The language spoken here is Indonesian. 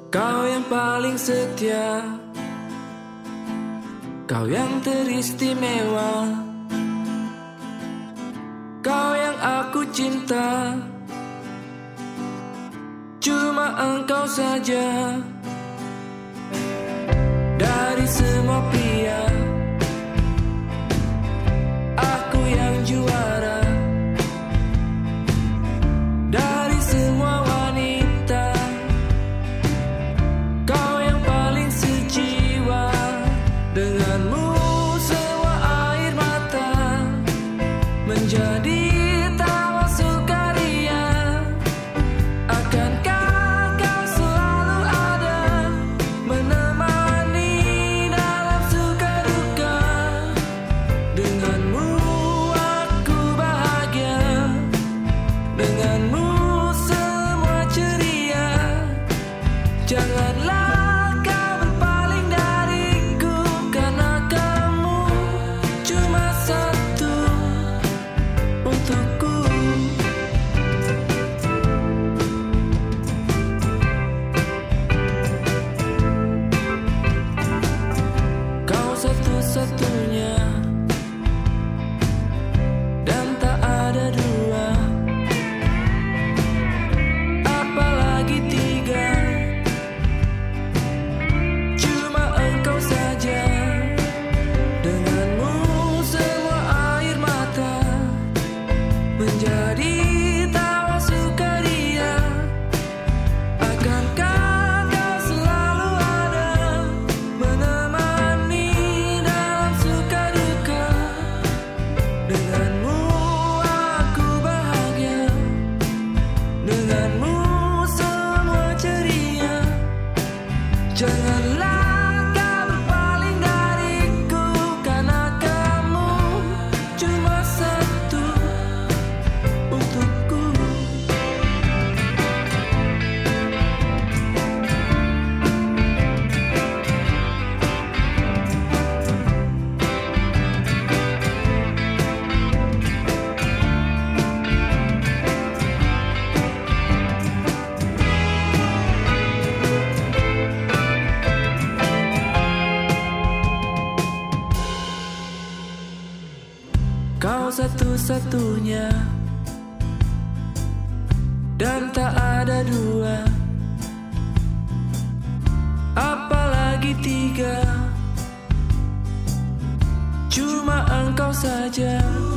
Kau yang paling setia, kau yang teristimewa, kau yang aku cinta, cuma engkau saja. Dari semua pria, aku yang juara. Dari semua wanita, kau yang paling sejiwa. Denganmu semua air mata menjadi tawa sukaria. Akankah kau selalu ada menemani dalam suka duka? Denganmu aku bahagia, denganmu semua ceria. Janganlah kau berpaling dariku, karena kamu cuma satu untukku. Kau satu-satunya dan tak ada dua, apalagi tiga. Cuma engkau saja. Denganmu semua air mata menjadi tawa sukaria. Akankah kau selalu ada menemani dalam suka duka? Denganmu aku bahagia, denganmu semua ceria. Janganlah kau berpaling dariku, karena kamu cuma satu untukku. Kau satu-satunya dan tak ada dua, apalagi tiga. Cuma engkau saja.